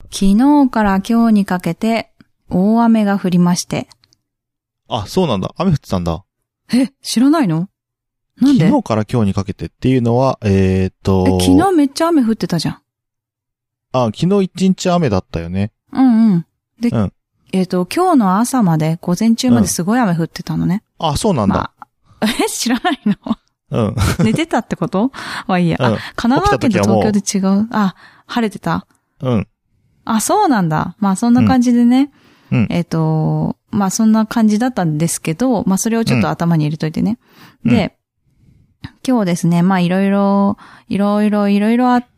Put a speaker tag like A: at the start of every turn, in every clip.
A: 昨日から今日にかけて大雨が降りまして。
B: あ、そうなんだ。雨降ってたんだ。
A: 知らないの？なんで？
B: 昨日から今日にかけてっていうのは、
A: 昨日めっちゃ雨降ってたじゃん。
B: あ、昨日一日雨だったよね。
A: うんうん。で、
B: うん、
A: 今日の朝まで、午前中まですごい雨降ってたのね。
B: あ、そうなんだ。
A: まあ、知らないの？
B: うん。
A: 寝てたってこと？いいや。神奈川県と東京で違う。あ、晴れてた？
B: うん。
A: あ、そうなんだ。まあそんな感じでね。
B: うん。
A: まあそんな感じだったんですけど、まあそれをちょっと頭に入れといてね。で、今日ですね、まあいろいろあって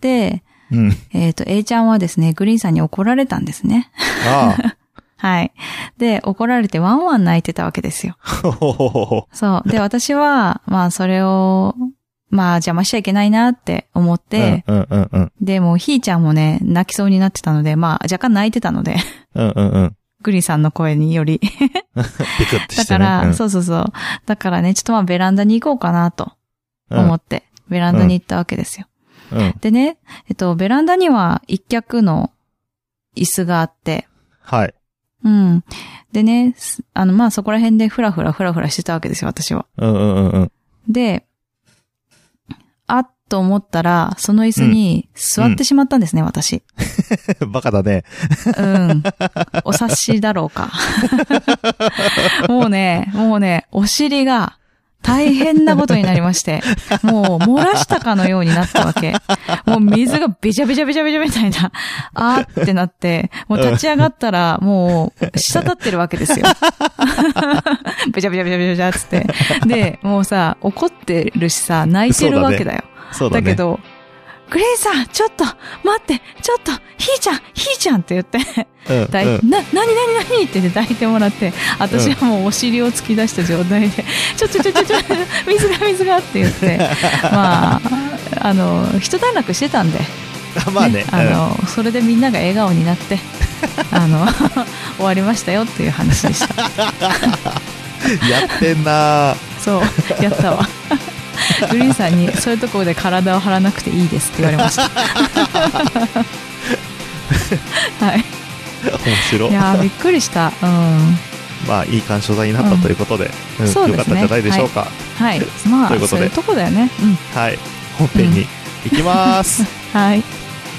A: 、A ちゃんはですね、グリーンさんに怒られたんですね。
B: ああ。
A: はい。で、怒られてワンワン泣いてたわけですよ。そう。で、私は、まあそれを、まあ邪魔しちゃいけないなって思って、で、もうひーちゃんもね、泣きそうになってたので、まあ若干泣いてたので、グリーンさんの声により。
B: ビクってしてね。
A: だから、そう。だからね、ちょっとまあベランダに行こうかなと思って、ベランダに行ったわけですよ。でね、ベランダには一脚の椅子があって、
B: はい。
A: でね、まあそこら辺でふらふらしてたわけですよ、私は。で、あっと思ったら、その椅子に座ってしまったんですね、私。
B: バカだね。
A: お察しだろうか。もうね、お尻が大変なことになりまして、もう漏らしたかのようになったわけ。もう水がべちゃべちゃみたいな、あーってなって、もう立ち上がったら、もう、滴ってるわけですよ。べちゃつって。で、もうさ、怒ってるしさ、泣いてるわけだよ。
B: そうだね。
A: だけど、グリーンさん、ちょっと、待って、ちょっと、ひーちゃんって言って、何って抱いてもらって、私はもうお尻を突き出した状態で、ちょ、水がって言って、まあ、一段落してたんで。
B: まあね。
A: それでみんなが笑顔になって、終わりましたよっていう話でした。
B: やってんな
A: そう、やったわ。グリーンさんにそういうところで体を張らなくていいですって言われました。はい。
B: 面白い。
A: いやーびっくりした。
B: まあいい鑑賞材になったということで、
A: そうですね。
B: よかったんじゃないでしょうか。
A: はい。まあ
B: ということで、
A: そういうとこだよね。
B: はい。本編に行きます。
A: はい。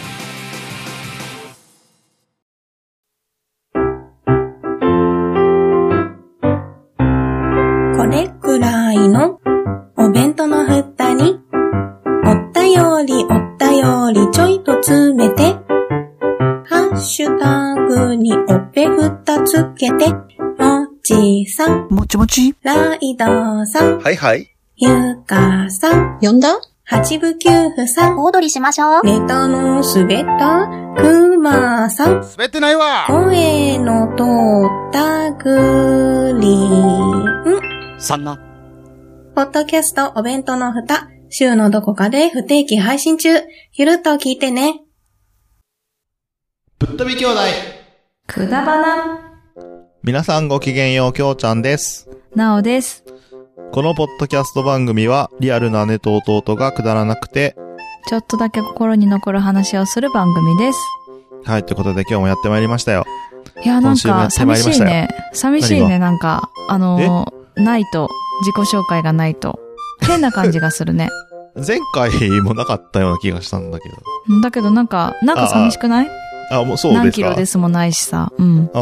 C: これくらいのお弁当の蓋におったよりちょいと詰めてハッシュタグにおっぺふたつけてもちさん
D: もち
C: ライドさん
B: はい
C: ゆかさん
D: 呼んだ
C: 八部九夫さん
D: 小躍りしましょう
C: ネタの滑ったくまさん
E: 滑ってないわ
C: 声の通ったグリーン
E: そんな
C: ポッドキャストお弁当の蓋、週のどこかで不定期配信中。ゆるっと聞いてね。
B: ぶっ飛び兄弟。
A: くだばな。
B: 皆さんごきげんよう、きょうちゃんです。
A: なおです。
B: このポッドキャスト番組は、リアルな姉と弟がくだらなくて、
A: ちょっとだけ心に残る話をする番組です。
B: はい、ということで今日もやってまいりましたよ。
A: いや、なんか、寂しいね。なんか、ないと。自己紹介がないと変な感じがするね。
B: 前回もなかったような気がしたんだけど。
A: だけどなんか寂しくない？
B: もうそうですか。
A: 何キロですもないしさ。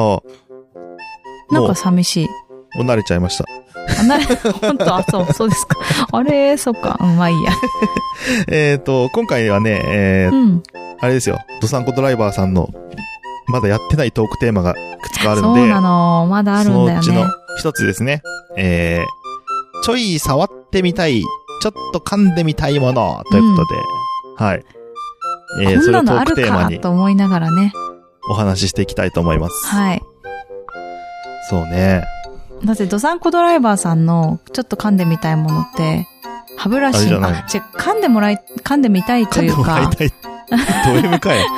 A: なんか寂しい。
B: もう慣れちゃいました。
A: 本当そうですか。あれ、そっか。まあいいや。
B: 今回はね、あれですよ。ドサンコドライバーさんのまだやってないトークテーマがいくつかあるので。
A: そうなの。まだあるんだよね。
B: そのうちの一つですね。ちょい触ってみたい、ちょっと噛んでみたいものということで、はい。
A: こんなのあるかと思いながらね。
B: お話ししていきたいと思います。
A: はい。
B: そうね。
A: だってドサンコドライバーさんのちょっと噛んでみたいものって、歯ブラシ、噛んでみたいというか。
B: 噛んでもらいたい。ド M かい。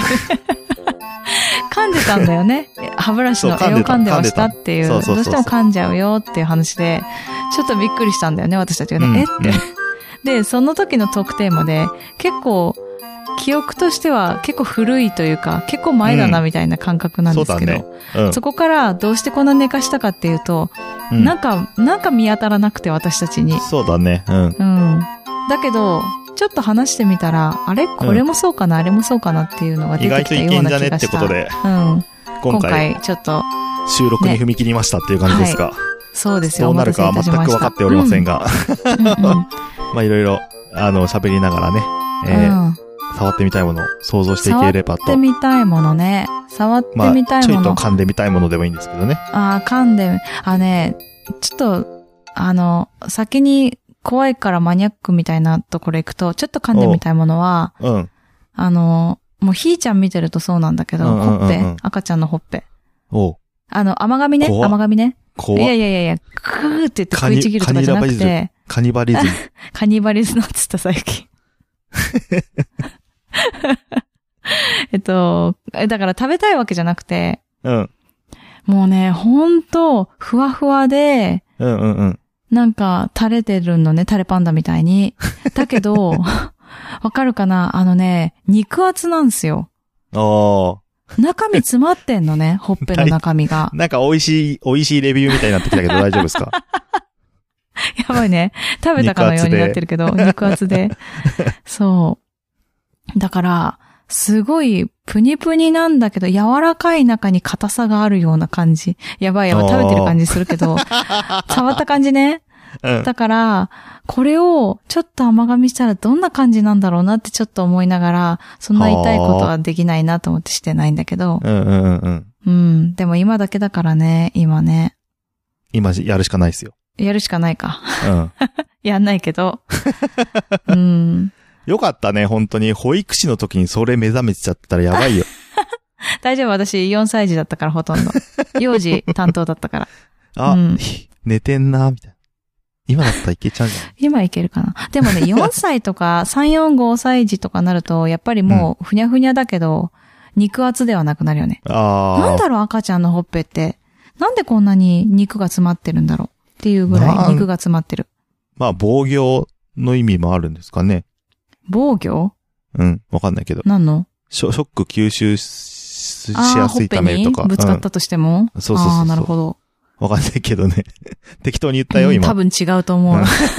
A: 噛んでたんだよね。歯ブラシの柄を噛んでましたっていう。どうしても噛んじゃうよっていう話で、ちょっとびっくりしたんだよね、私たちがね。って。で、その時のトークテーマで、結構、 記憶としては結構古いというか、結構前だなみたいな感覚なんですけど、そこからどうしてこんな寝かしたかっていうと、なんか見当たらなくて私たちに。
B: そうだね。
A: だけど、ちょっと話してみたら、あれこれもそうかな、あれもそうかなっていうのが出てきたような気がした。意外といけんじゃねってことで。今回ちょっと。
B: 収録に踏み切りましたっていう感じですか。
A: そうですよ。
B: どうなるかは全く分かっておりませんが。まあいろいろ、喋りながらね、触ってみたいものを想像していければと。
A: 触ってみたいものね。触ってみたいもの。
B: ちょいと噛んでみたいものでもいいんですけどね。
A: 噛んで、ちょっと、先に怖いからマニアックみたいなところ行くと、ちょっと噛んでみたいものは、もうひーちゃん見てるとそうなんだけど、ほっぺ、赤ちゃんのほっぺ。甘噛みね、甘噛みね。いや、クーって言って食いちぎるとかじゃなくて。
B: カニバリズム。
A: カニバリズムって言った最近。だから食べたいわけじゃなくて。もうね、ほんと、ふわふわで、なんか垂れてるのね、垂れパンダみたいに。だけど、わかるかな？肉厚なんですよ。中身詰まってんのね、ほっぺの中身が。
B: なんか美味しいレビューみたいになってきたけど大丈夫ですか？
A: やばいね。食べたかのようになってるけど、肉厚で。そう。だから、すごいプニプニなんだけど、柔らかい中に硬さがあるような感じ。やばい、食べてる感じするけど、触った感じね。だから、これをちょっと甘噛みしたらどんな感じなんだろうなってちょっと思いながら、そんな痛いことはできないなと思ってしてないんだけど。でも今だけだからね、今ね。
B: 今やるしかないですよ。
A: やるしかないか。やんないけど。
B: よかったね、本当に。保育士の時にそれ目覚めちゃったらやばいよ。
A: 大丈夫、私4歳児だったからほとんど。幼児担当だったから。
B: 寝てんな、みたいな。今だったらいけちゃうんじゃない？
A: 今いけるかな。でもね、4歳とか3、4、5歳児とかなると、やっぱりもうふにゃふにゃだけど、肉厚ではなくなるよね。なんだろう、赤ちゃんのほっぺって。なんでこんなに肉が詰まってるんだろうっていうぐらい肉が詰まってる。
B: まあ、防御の意味もあるんですかね。
A: 防御？
B: わかんないけど。
A: 何の？
B: ショック吸収しやすいためとか。
A: ほっぺにぶつかったとしても？
B: そう。
A: なるほど。
B: わかんないけどね。適当に言ったよ、今。
A: 多分違うと思う。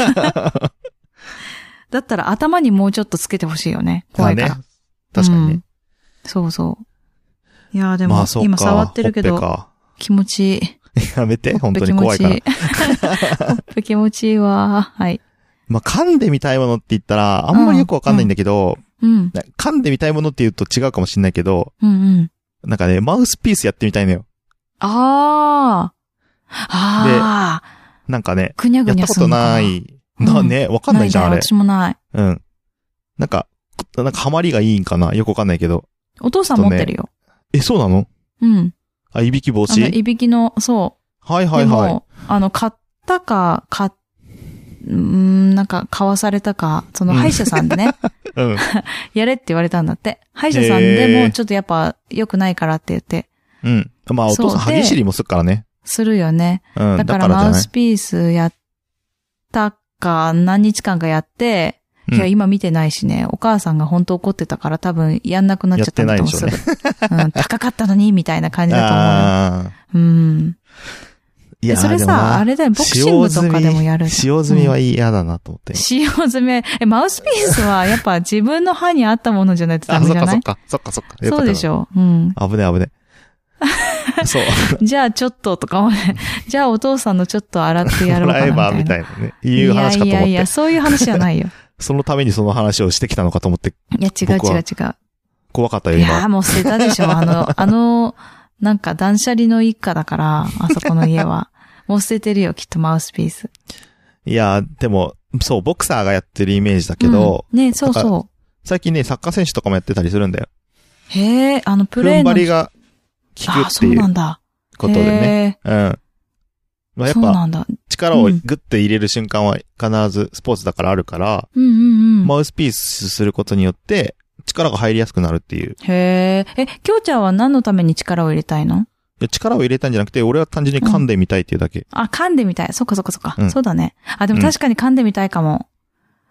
A: だったら頭にもうちょっとつけてほしいよね。怖いから。
B: 確かにね。
A: そうそう。いやでも、今触ってるけど、気持ちいい。
B: やめて、本当に怖いから。
A: ほっぺ気持ちいいわ。はい。
B: まあ、噛んでみたいものって言ったら、あんまりよくわかんないんだけど、噛んでみたいものって言うと違うかもしれないけど、なんかね、マウスピースやってみたいのよ。で、なんかね、
A: ぐにゃぐにゃするのかな。
B: やったことない。ね、わかんないじゃん、あれ。
A: 私もない。
B: なんかハマりがいいんかなよくわかんないけど。
A: お父さん持ってるよ。
B: そうなの？いびき防止？
A: いびきの、そう。
B: はい。
A: でも、買ったか、なんか買わされたか、その歯医者さんでね。やれって言われたんだって。歯医者さんでもちょっとやっぱ良くないからって言って。
B: まあお父さん歯ぎしりもするからね。
A: するよね。だからマウスピースやったか何日間かやって、いや今見てないしね、お母さんが本当怒ってたから多分やんなくなっちゃったんだと思う。すぐ。高かったのにみたいな感じだと思う。いやそれさ、あれだよ、ボクシングとかでもやる。
B: 使用済みは嫌だなと思って。
A: 使用済み、マウスピースはやっぱ自分の歯に合ったものじゃないとダメじゃない？
B: そっか。
A: そうでしょ。
B: 危ね。そう。
A: じゃあちょっととかもね、じゃあお父さんのちょっと洗ってやろうかなみたいな。ドライバーみたいなね。
B: いう話かと思って。
A: いや、そういう話じゃないよ。
B: そのためにその話をしてきたのかと思って。
A: いや、違う。
B: 怖かったよ、今。
A: いや、もう捨てたでしょ。なんか断捨離の一家だから、あそこの家は。もう捨ててるよ、きっとマウスピース。
B: いや、でも、そう、ボクサーがやってるイメージだけど。
A: そう。
B: 最近ね、サッカー選手とかもやってたりするんだよ。
A: へえ、プレーの。
B: 踏ん張りが効くっていうことでね。まあ、やっぱ、力をグッと入れる瞬間は必ずスポーツだからあるから、マウスピースすることによって、力が入りやすくなるっていう。
A: へえ。きょうちゃんは何のために力を入れたいの？
B: 力を入れたんじゃなくて、俺は単純に噛んでみたいっていうだけ。
A: 噛んでみたい。そっか。そうだね。でも確かに噛んでみたいかも。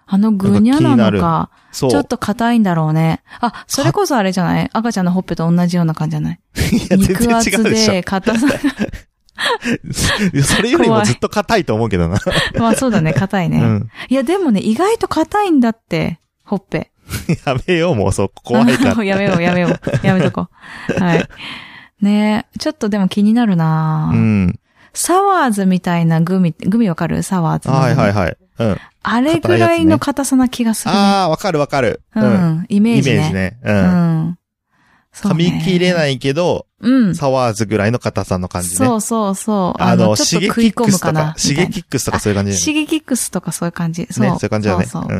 A: ぐにゃなのか、
B: そう。
A: ちょっと硬いんだろうね。あ、それこそあれじゃない？赤ちゃんのほっぺと同じような感じじゃない？
B: いや、全然違うでしょ。
A: 肉厚で、硬さ。
B: それよりもずっと硬いと思うけどな。
A: まあそうだね、硬いね。
B: うん。
A: いや、でもね、意外と硬いんだって、ほっぺ。
B: やめよう、もうそう、怖いから。
A: やめよう。やめとこう。はい。ねえ、ちょっとでも気になるなぁ。
B: うん。
A: サワーズみたいなグミわかる？サワーズの。
B: はい。うん。
A: あれぐらいの硬さな気がするね。
B: ああ、わかる。
A: うん。イメージね。
B: うん。
A: 噛
B: み切れないけど、
A: うん。
B: サワーズぐらいの硬さの感じね。
A: そう。ちょっと食い込むかな。
B: シゲキックスとかそういう感じ。
A: シゲキックスとかそういう感じ。
B: そう。ね、そういう感じだね。
A: そう。うん。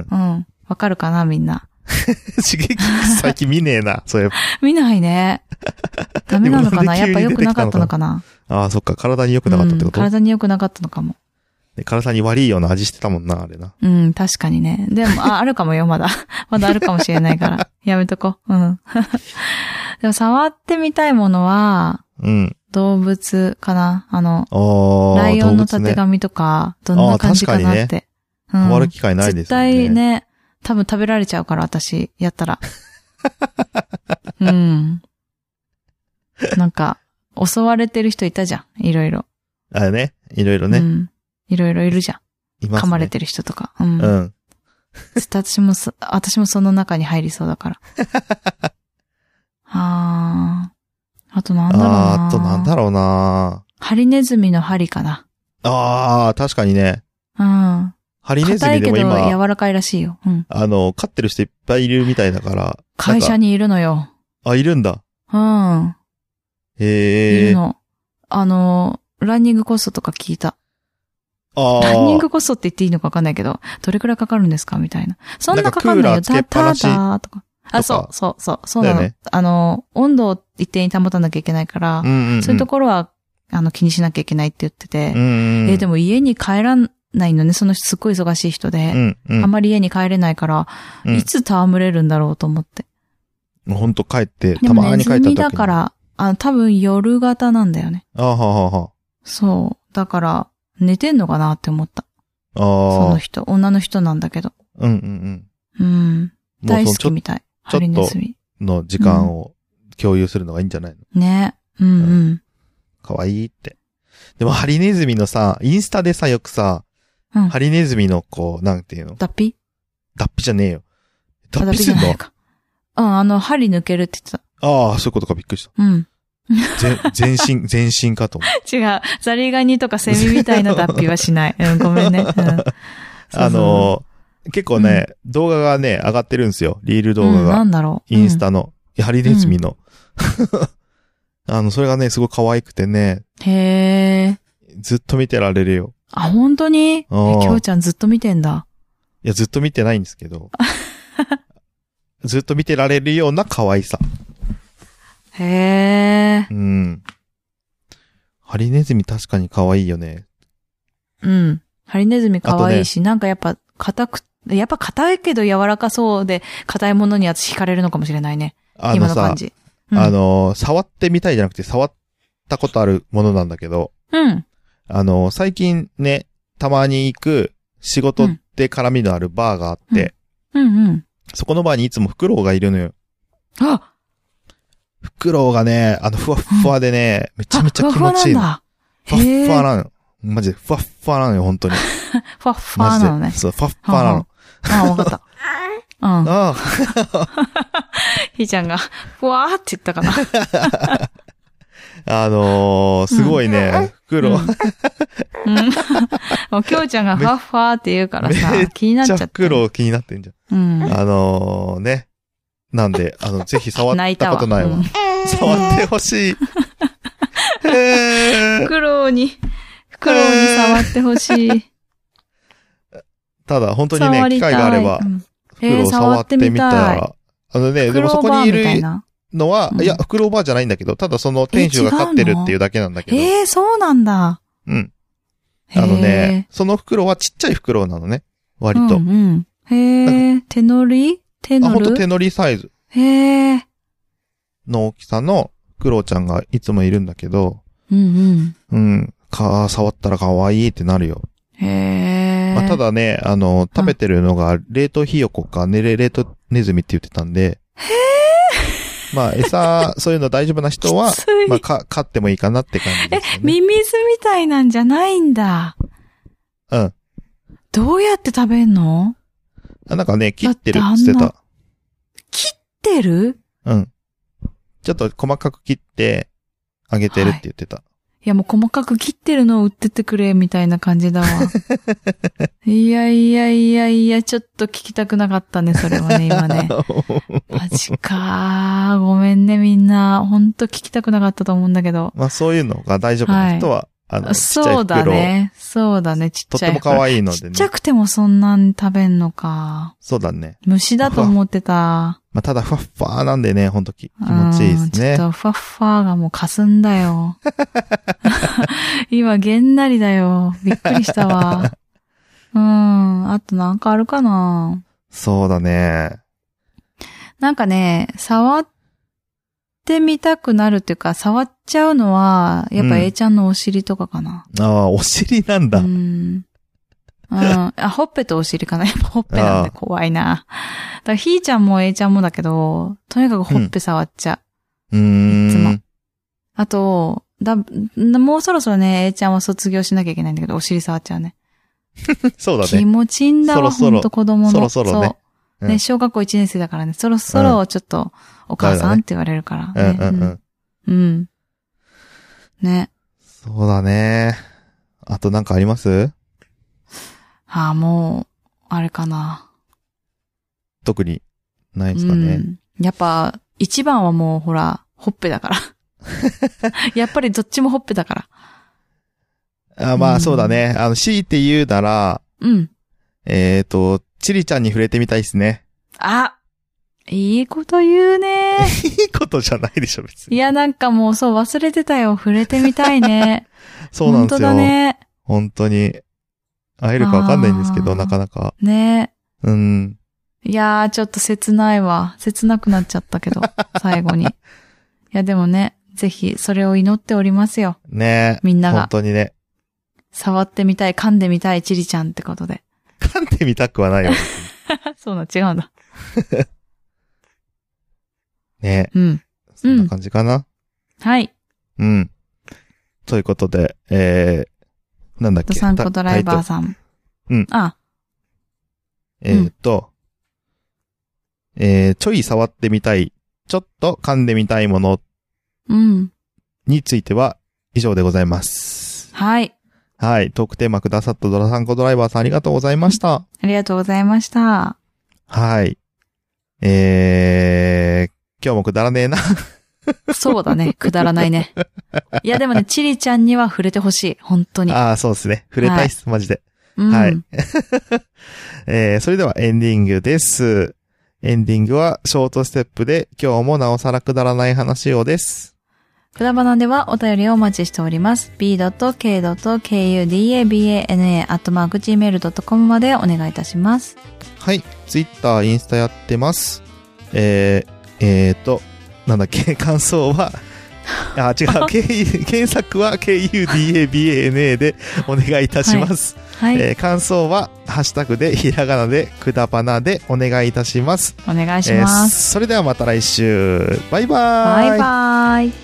A: わかるかな、みんな。
B: シゲキックス最近見ねえな、そういえば。
A: 見ないね。ダメなのかな？やっぱ良くなかったのかな？
B: ああ、そっか。体に良くなかったってこと？
A: 体に良くなかったのかも。
B: 体に悪いような味してたもんな、あれな。
A: うん、確かにね。でも、あるかもよ、まだ。まだあるかもしれないから。やめとこう。うん。でも、触ってみたいものは、
B: うん。
A: 動物かな。ライオンのたてがみとか、どんな感じかなって。
B: うん。触る機会ないですよね。
A: 絶対ね、多分食べられちゃうから、私、やったら。うん。なんか、襲われてる人いたじゃん。いろいろ。
B: あれね。いろいろね。
A: うん。いろいろいるじゃん。
B: いますね。
A: 噛まれてる人とか。うん。
B: うん。
A: 私もその中に入りそうだから。あとなんだろうな。
B: あとなんだろうな。
A: ハリネズミの針かな。
B: ああ、確かにね。
A: うん。
B: ハリネズミでも今。
A: 硬いけど柔らかいらしいよ。うん。
B: 飼ってる人いっぱいいるみたいだから。
A: 会社にいるのよ。
B: あ、いるんだ。
A: うん。
B: へえ。
A: いるの。ランニングコストとか聞いた。
B: ラ
A: ンニングコストって言っていいのかわかんないけど、どれくらいかかるんですかみたいな。そんなかかんないよ。ただとか。そうなの、ね。温度を一定に保たなきゃいけないから、そういうところは、気にしなきゃいけないって言ってて、でも家に帰らないのね、その人すっごい忙しい人で、あんまり家に帰れないから、いつ戯れるんだろうと思って。
B: もうほんと帰って、たまに帰った時に。
A: ネズミだから、多分夜型なんだよね。そう。だから、寝てんのかなって思った。その人。女の人なんだけど。うん。大好きみたい。ハリネズミ。
B: の時間を共有するのがいいんじゃないの？
A: ね。
B: かわいいって。でもハリネズミのさ、インスタでさ、よくさ、ハリネズミのなんていうの？
A: 脱皮
B: じゃねえよ。脱皮すんの？
A: 針抜けるって言って
B: た。ああ、そういうことか、びっくりした。
A: うん。
B: 全身かと思う。
A: 違う。ザリガニとかセミみたいな脱皮はしない。ごめんね。
B: 結構ね、動画がね、上がってるんですよ。リール動画が。
A: なんだろう。
B: インスタの。ハリネズミの。それがね、すごい可愛くてね。
A: へー。
B: ずっと見てられるよ。
A: あ、本当に？きょうちゃんずっと見てんだ。
B: いや、ずっと見てないんですけど。ずっと見てられるような可愛さ。
A: へー。
B: うん。ハリネズミ確かに可愛いよね。
A: うん。ハリネズミ可愛いし、なんかやっぱ硬いけど柔らかそうで、硬いものに私惹かれるのかもしれないね。今の感じ。
B: 触ってみたいじゃなくて触ったことあるものなんだけど。
A: うん。
B: 最近ね、たまに行く仕事で絡みのあるバーがあって。そこのバーにいつもフクロウがいるのよ。
A: あ！
B: フクロウがね、ふわっふわでね、めちゃめちゃ気持ちいいの。ふわっふわなの。マジで、ふわっふわなのよ、本当に。
A: ふわっふわなのね。
B: そう、ふわっふわなの。
A: わかった。ひーちゃんが、ふわーって言ったかな。
B: すごいね、フクロウ。
A: もうきょうちゃんがふわっふわって言うからさ、気になっちゃって。
B: めっちゃフクロウ気になってんじゃん。ね。なんで、ぜひ触ったことないわ。触ってほしい。
A: フクロウに触ってほしい。
B: ただ、本当にね、機会があれば、フクロウ触ってみたら、でもそこにいるのは、いや、フクロウバーじゃないんだけど、ただその店主が飼ってるっていうだけなんだけど。
A: そうなんだ。
B: うん。そのフクロウはちっちゃいフクロウなのね。割と。
A: 手乗り
B: ほんと手乗りサイズ。の大きさのフクロウちゃんがいつもいるんだけど。触ったら可愛いってなるよ。たただね、食べてるのが冷凍ひよこか、冷凍ネズミって言ってたんで。まあ、餌、そういうの大丈夫な人は、まあ、飼ってもいいかなって感じですよね。
A: ミミズみたいなんじゃないんだ。
B: うん。
A: どうやって食べんの？
B: なんかね、切ってるって言ってた。
A: 切ってる？
B: うん。ちょっと細かく切って、あげてるって言ってた。はい、
A: いやもう細かく切ってるのを売っててくれ、みたいな感じだわ。いや、ちょっと聞きたくなかったね、それはね、今ね。マジかー。ごめんね、みんな。ほんと聞きたくなかったと思うんだけど。
B: まあそういうのが大丈夫な人は、ちっちゃい袋。
A: そうだね、ちっちゃい。
B: とっても可愛いのでね。
A: ちっちゃくてもそんなに食べんのか。
B: そうだね。
A: 虫だと思ってた。
B: まあただふわっふわなんでね、ほんと気持ちいいですね。
A: ちょっとふわっふわがもう霞んだよ。今げんなりだよ。びっくりしたわ。あとなんかあるかな？
B: そうだね。
A: なんかね、触ってみたくなるっていうか、触っちゃうのは、やっぱ A ちゃんのお尻とかかな。
B: ああ、お尻なんだ。
A: ほっぺとお尻かな。やっぱほっぺなんで怖いな。だからひーちゃんも A ちゃんもだけど、とにかくほっぺ触っちゃう。いつも。あと、もうそろそろね、A ちゃんは卒業しなきゃいけないんだけど、お尻触っちゃうね。
B: そうだね。
A: 気持ちいいんだわ、ほんと子供の。
B: そろそろね。
A: そう。ね、小学校1年生だからね、そろそろちょっと、お母さんって言われるからね。ね。
B: そうだね。あとなんかあります？
A: もう、あれかな。
B: 特に、ないですかね。
A: やっぱ、一番はもう、ほら、ほっぺだから。やっぱりどっちもほっぺだから。
B: まあ、そうだね。強いて言うなら、チリちゃんに触れてみたいですね。
A: いいこと言うね。
B: いいことじゃないでしょ、別に。
A: いや、なんかもうそう忘れてたよ。触れてみたいね。
B: そうなんですよ。
A: 本当だね。
B: 本当に。会えるかわかんないんですけど、なかなか。
A: ね。
B: い
A: やー、ちょっと切ないわ。切なくなっちゃったけど、最後に。いや、でもね、ぜひ、それを祈っておりますよ。
B: ね。
A: みんなが。
B: 本当にね。
A: 触ってみたい、噛んでみたい、チリちゃんってことで。
B: 噛んでみたくはないよ。
A: そうな、違うんだ。
B: ね。そんな感じかな。
A: はい。
B: ということで、なんだっけ。
A: ドサンコドライバーさん。
B: ちょい触ってみたい、ちょっと噛んでみたいものについては以上でございます。
A: はい。
B: はい。トークテーマくださったドサンコドライバーさんありがとうございました。
A: ありがとうございました。
B: はい。今日もくだらねえな。
A: そうだね。くだらないね。いやでもね、チリちゃんには触れてほしい。本当に。
B: そうですね。触れたいっす、マジで。はい。それではエンディングです。エンディングはショートステップで今日もなおさらくだらない話をです。
A: くだばなではお便りをお待ちしております。b.k.kudabana@gmail.com までお願いいたします。
B: はい。ツイッター、インスタやってます。なんだっけ、感想は、違う、検索は KUDABANA でお願いいたします。はい。感想は、ハッシュタグで、ひらがなで、くだばなでお願いいたします。
A: お願いします。
B: それではまた来週。バイバーイ。
A: バイバーイ。